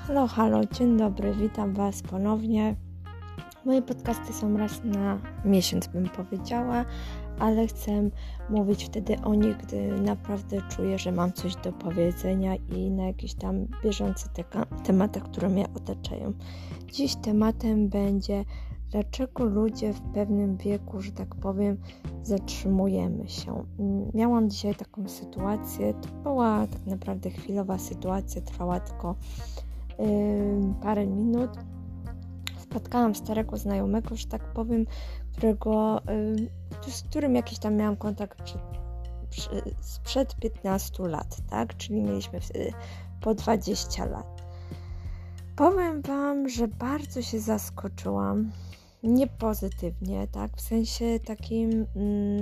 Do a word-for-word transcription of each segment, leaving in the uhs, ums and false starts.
Halo, halo, dzień dobry, witam Was ponownie. Moje podcasty są raz na miesiąc, bym powiedziała, ale chcę mówić wtedy o nich, gdy naprawdę czuję, że mam coś do powiedzenia i na jakichś tam bieżących te- tematach, które mnie otaczają. Dziś tematem będzie, dlaczego ludzie w pewnym wieku, że tak powiem, zatrzymujemy się. Miałam dzisiaj taką sytuację, to była tak naprawdę chwilowa sytuacja, trwała tylko yy, parę minut. Spotkałam starego znajomego, że tak powiem, którego, yy, z którym jakiś tam miałam kontakt przed, przy, sprzed piętnastu lat, tak? Czyli mieliśmy wtedy po dwadzieścia lat. Powiem Wam, że bardzo się zaskoczyłam, nie pozytywnie, tak? W sensie takim, mm,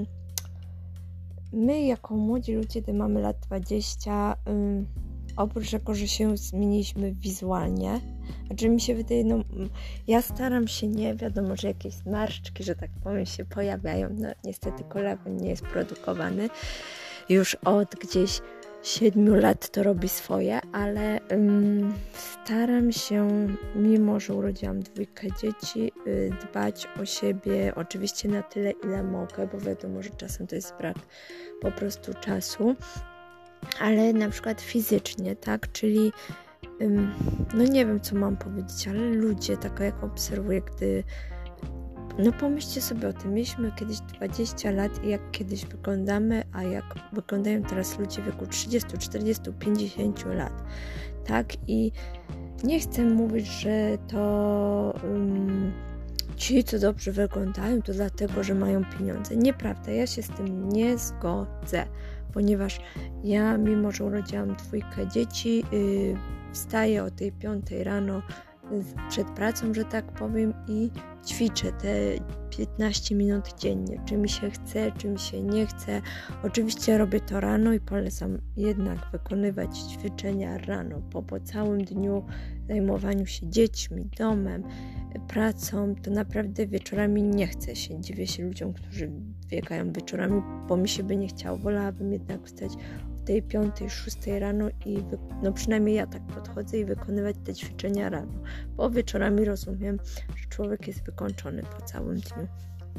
my jako młodzi ludzie, gdy mamy lat dwadzieścia, yy, oprócz tego, że się zmieniliśmy wizualnie, znaczy mi się wydaje, no ja staram się, nie wiadomo, że jakieś zmarszczki, że tak powiem, się pojawiają, no niestety kolagen nie jest produkowany już od gdzieś siedmiu lat, to robi swoje, ale um, staram się, mimo że urodziłam dwójkę dzieci, y, dbać o siebie oczywiście na tyle, ile mogę, bo wiadomo, że czasem to jest brak po prostu czasu, ale na przykład fizycznie, tak, czyli ym, no nie wiem, co mam powiedzieć, ale ludzie, tak jak obserwuję, gdy no pomyślcie sobie o tym, mieliśmy kiedyś dwadzieścia lat i jak kiedyś wyglądamy, a jak wyglądają teraz ludzie w wieku trzydziestu, czterdziestu, pięćdziesięciu lat, tak, i nie chcę mówić, że to um, ci, co dobrze wyglądają, to dlatego, że mają pieniądze. Nieprawda, ja się z tym nie zgodzę, ponieważ ja, mimo że urodziłam dwójkę dzieci, yy, wstaję o tej piątej rano przed pracą, że tak powiem, i ćwiczę te piętnaście minut dziennie, czy mi się chce, czy mi się nie chce. Oczywiście robię to rano i polecam jednak wykonywać ćwiczenia rano, po, po całym dniu zajmowaniu się dziećmi, domem, pracą, to naprawdę wieczorami nie chce się. Dziwię się ludziom, którzy biegają wieczorami, bo mi się by nie chciało. Wolałabym jednak wstać o tej piątej, szóstej rano i wy... no przynajmniej ja tak podchodzę i wykonywać te ćwiczenia rano, bo wieczorami rozumiem, że człowiek jest wykończony po całym dniu.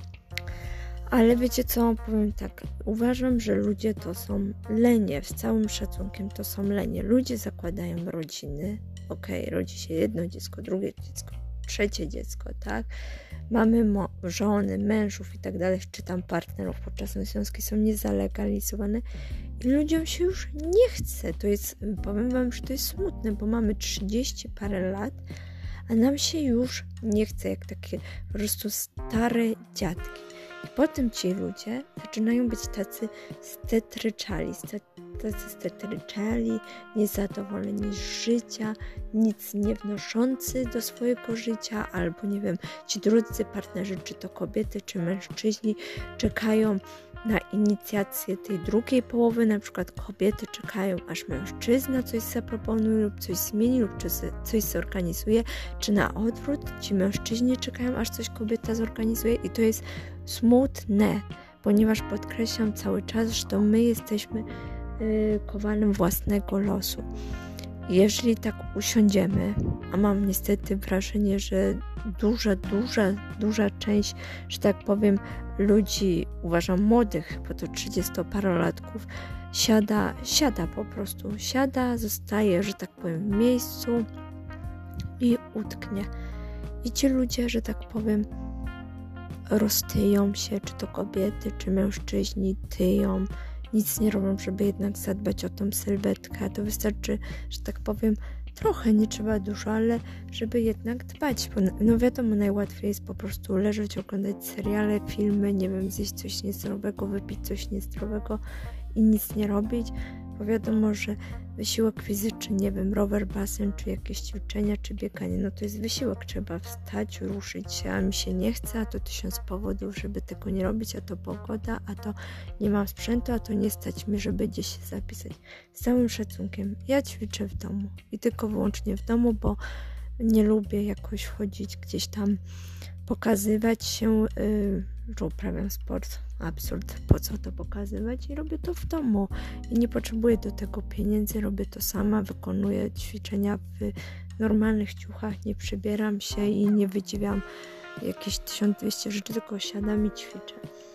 Ale wiecie co, powiem tak, uważam, że ludzie to są lenie, z całym szacunkiem to są lenie. Ludzie zakładają rodziny, okej, okay, rodzi się jedno dziecko, drugie dziecko, trzecie dziecko, tak? Mamy mo- żony, mężów i tak dalej, czy tam partnerów, podczas związki są niezalegalizowane i ludziom się już nie chce. To jest, powiem Wam, że to jest smutne, bo mamy trzydzieści parę lat, a nam się już nie chce, jak takie po prostu stare dziadki. I potem ci ludzie zaczynają być tacy stetryczali, tacy stetryczali, niezadowoleni z życia, nic nie wnoszący do swojego życia, albo nie wiem, ci drudzy partnerzy, czy to kobiety, czy mężczyźni, czekają na inicjację tej drugiej połowy, na przykład kobiety czekają, aż mężczyzna coś zaproponuje lub coś zmieni lub coś zorganizuje, czy na odwrót, ci mężczyźni czekają, aż coś kobieta zorganizuje i to jest smutne, ponieważ podkreślam cały czas, że to my jesteśmy yy, kowalem własnego losu. Jeżeli tak usiądziemy, a mam niestety wrażenie, że duża, duża, duża część, że tak powiem, ludzi, uważam młodych, bo to trzydziestoparolatków, siada, siada po prostu, siada, zostaje, że tak powiem, w miejscu i utknie. I ci ludzie, że tak powiem, roztyją się, czy to kobiety, czy mężczyźni, tyją, nic nie robią, żeby jednak zadbać o tą sylwetkę. To wystarczy, że tak powiem, trochę, nie trzeba dużo, ale żeby jednak dbać. Bo, no wiadomo, najłatwiej jest po prostu leżeć, oglądać seriale, filmy, nie wiem, zjeść coś niezdrowego, wypić coś niezdrowego i nic nie robić, bo wiadomo, że wysiłek fizyczny, nie wiem, rower, basen, czy jakieś ćwiczenia, czy bieganie, no to jest wysiłek, trzeba wstać, ruszyć się, a mi się nie chce, a to tysiąc powodów, żeby tego nie robić, a to pogoda, a to nie mam sprzętu, a to nie stać mnie, żeby gdzieś się zapisać. Z całym szacunkiem, ja ćwiczę w domu i tylko wyłącznie w domu, bo nie lubię jakoś wchodzić gdzieś tam, pokazywać się, yy, że uprawiam sport. Absurd, po co to pokazywać? I robię to w domu. I nie potrzebuję do tego pieniędzy, robię to sama, wykonuję ćwiczenia w normalnych ciuchach, nie przebieram się i nie wydziwiam jakieś tysiąc dwieście rzeczy, tylko siadam i ćwiczę.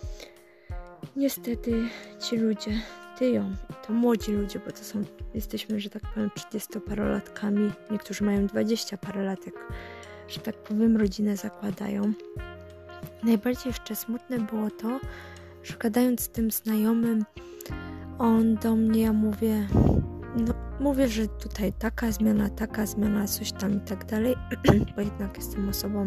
Niestety ci ludzie tyją, to młodzi ludzie, bo to są, jesteśmy, że tak powiem, trzydziestoparolatkami, niektórzy mają dwadzieścia parę lat, jak, że tak powiem, rodzinę zakładają. Najbardziej jeszcze smutne było to, że gadając z tym znajomym, on do mnie, ja mówię, no mówię, że tutaj taka zmiana, taka zmiana, coś tam i tak dalej, bo jednak jestem osobą,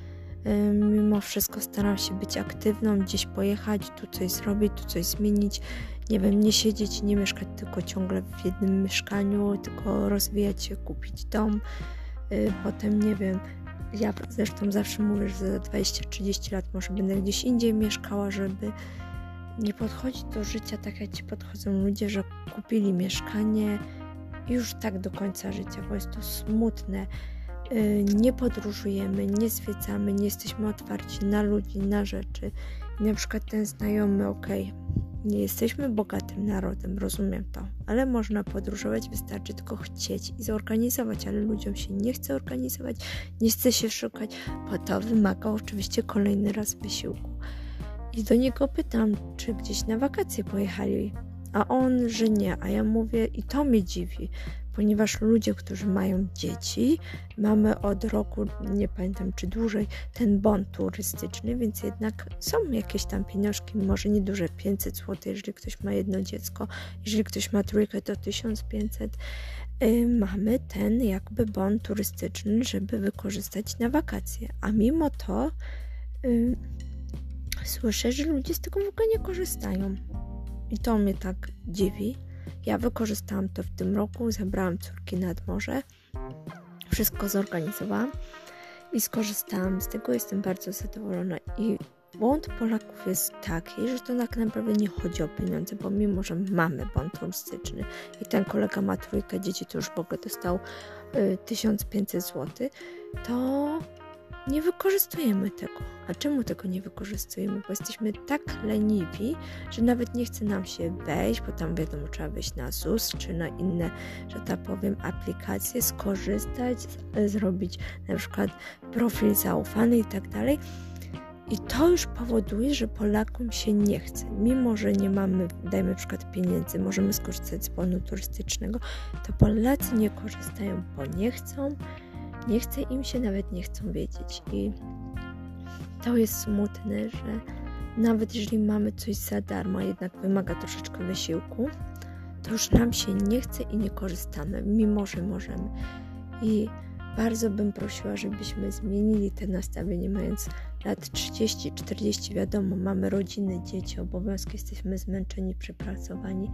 y, mimo wszystko staram się być aktywną, gdzieś pojechać, tu coś zrobić, tu coś zmienić, nie wiem, nie siedzieć, nie mieszkać tylko ciągle w jednym mieszkaniu, tylko rozwijać się, kupić dom, y, potem nie wiem, ja zresztą zawsze mówię, że za dwadzieścia trzydzieści lat może będę gdzieś indziej mieszkała, żeby nie podchodzić do życia tak, jak ci podchodzą ludzie, że kupili mieszkanie już tak do końca życia, bo jest to smutne. Yy, nie podróżujemy, nie zwiedzamy, nie jesteśmy otwarci na ludzi, na rzeczy. I na przykład ten znajomy, okej, okay, nie jesteśmy bogatym narodem, rozumiem to, ale można podróżować, wystarczy tylko chcieć i zorganizować, ale ludziom się nie chce organizować, nie chce się szukać, bo to wymaga oczywiście kolejny raz wysiłku. I do niego pytam, czy gdzieś na wakacje pojechali, a on, że nie, a ja mówię, i to mnie dziwi, ponieważ ludzie, którzy mają dzieci, mamy od roku, nie pamiętam czy dłużej, ten bon turystyczny, więc jednak są jakieś tam pieniążki, może nieduże, pięćset złotych, jeżeli ktoś ma jedno dziecko, jeżeli ktoś ma trójkę, to tysiąc pięćset. Yy, mamy ten jakby bon turystyczny, żeby wykorzystać na wakacje, a mimo to yy, słyszę, że ludzie z tego w ogóle nie korzystają. I to mnie tak dziwi. Ja wykorzystałam to w tym roku, zabrałam córki nad morze, wszystko zorganizowałam i skorzystałam z tego, jestem bardzo zadowolona. I błąd Polaków jest taki, że to tak naprawdę nie chodzi o pieniądze, bo mimo, że mamy bon turystyczny i ten kolega ma trójkę dzieci, to już w ogóle dostał y, tysiąc pięćset złotych, to nie wykorzystujemy tego. A czemu tego nie wykorzystujemy? Bo jesteśmy tak leniwi, że nawet nie chce nam się wejść, bo tam wiadomo, trzeba wejść na Z U S czy na inne, że tak powiem, aplikacje, skorzystać, z- zrobić na przykład profil zaufany i tak dalej. I to już powoduje, że Polakom się nie chce. Mimo, że nie mamy, dajmy przykład pieniędzy, możemy skorzystać z bonu turystycznego, to Polacy nie korzystają, bo nie chcą, nie chce im się, nawet nie chcą wiedzieć. I to jest smutne, że nawet jeżeli mamy coś za darmo, jednak wymaga troszeczkę wysiłku, to już nam się nie chce i nie korzystamy, mimo że możemy. I bardzo bym prosiła, żebyśmy zmienili te nastawienie, mając lat trzydzieści czterdzieści, wiadomo, mamy rodziny, dzieci, obowiązki, jesteśmy zmęczeni, przepracowani,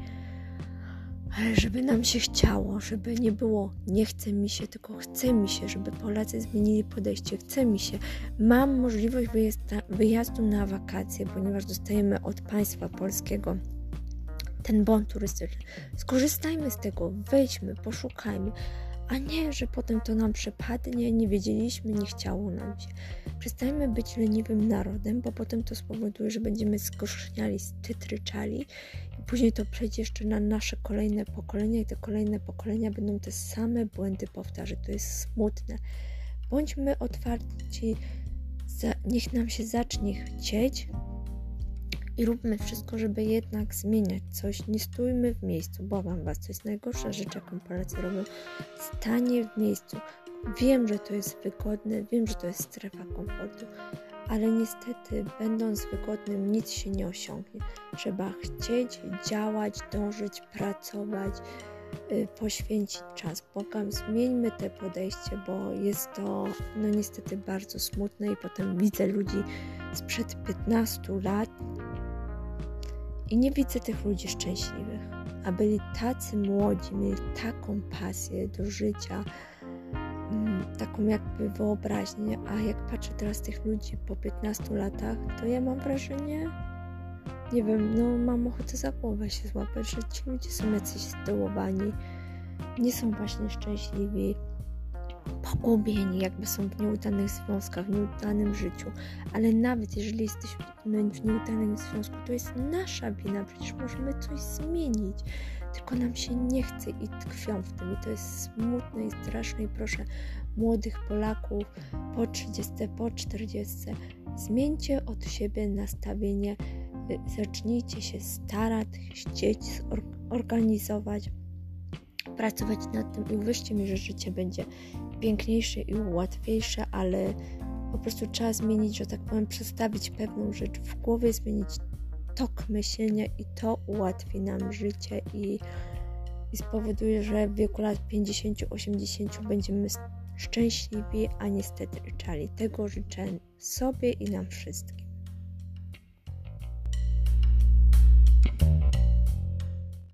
ale żeby nam się chciało, żeby nie było nie chce mi się, tylko chce mi się, żeby Polacy zmienili podejście, chce mi się. Mam możliwość wyjazda, wyjazdu na wakacje, ponieważ dostajemy od państwa polskiego ten bon turystyczny. Skorzystajmy z tego, wejdźmy, poszukajmy, a nie, że potem to nam przepadnie, nie wiedzieliśmy, nie chciało nam się. Przestańmy być leniwym narodem, bo potem to spowoduje, że będziemy zgorzkniali, stytryczali i później to przejdzie jeszcze na nasze kolejne pokolenia i te kolejne pokolenia będą te same błędy powtarzać. To jest smutne. Bądźmy otwarci, za, niech nam się zacznie chcieć i róbmy wszystko, żeby jednak zmieniać coś. Nie stójmy w miejscu, błagam was, to jest najgorsza rzecz, jaką Polacy robią. Stanie w miejscu. Wiem, że to jest wygodne, wiem, że to jest strefa komfortu, ale niestety, będąc wygodnym, nic się nie osiągnie. Trzeba chcieć, działać, dążyć, pracować, yy, poświęcić czas. Błagam, zmieńmy te podejście, bo jest to no niestety bardzo smutne i potem widzę ludzi sprzed piętnastu lat i nie widzę tych ludzi szczęśliwych, a byli tacy młodzi, mieli taką pasję do życia, taką jakby wyobraźnię, a jak patrzę teraz tych ludzi po piętnastu latach, to ja mam wrażenie, nie wiem, no mam ochotę za głowę się złapać, że ci ludzie są jacyś zdołowani, nie są właśnie szczęśliwi, pogubieni, jakby są w nieudanych związkach, w nieudanym życiu, ale nawet jeżeli jesteśmy w nieudanym związku, to jest nasza wina, przecież możemy coś zmienić, tylko nam się nie chce i tkwią w tym i to jest smutne i straszne i proszę młodych Polaków po trzydziestce, po czterdziestce, zmieńcie od siebie nastawienie, zacznijcie się starać, chcieć, organizować, pracować nad tym i uwierzcie mi, że życie będzie piękniejsze i łatwiejsze, ale po prostu trzeba zmienić, że tak powiem, przestawić pewną rzecz w głowie, zmienić tok myślenia i to ułatwi nam życie i, i spowoduje, że w wieku lat pięćdziesiąt osiemdziesiąt będziemy szczęśliwi, a niestety ryczali. Tego życzę sobie i nam wszystkim.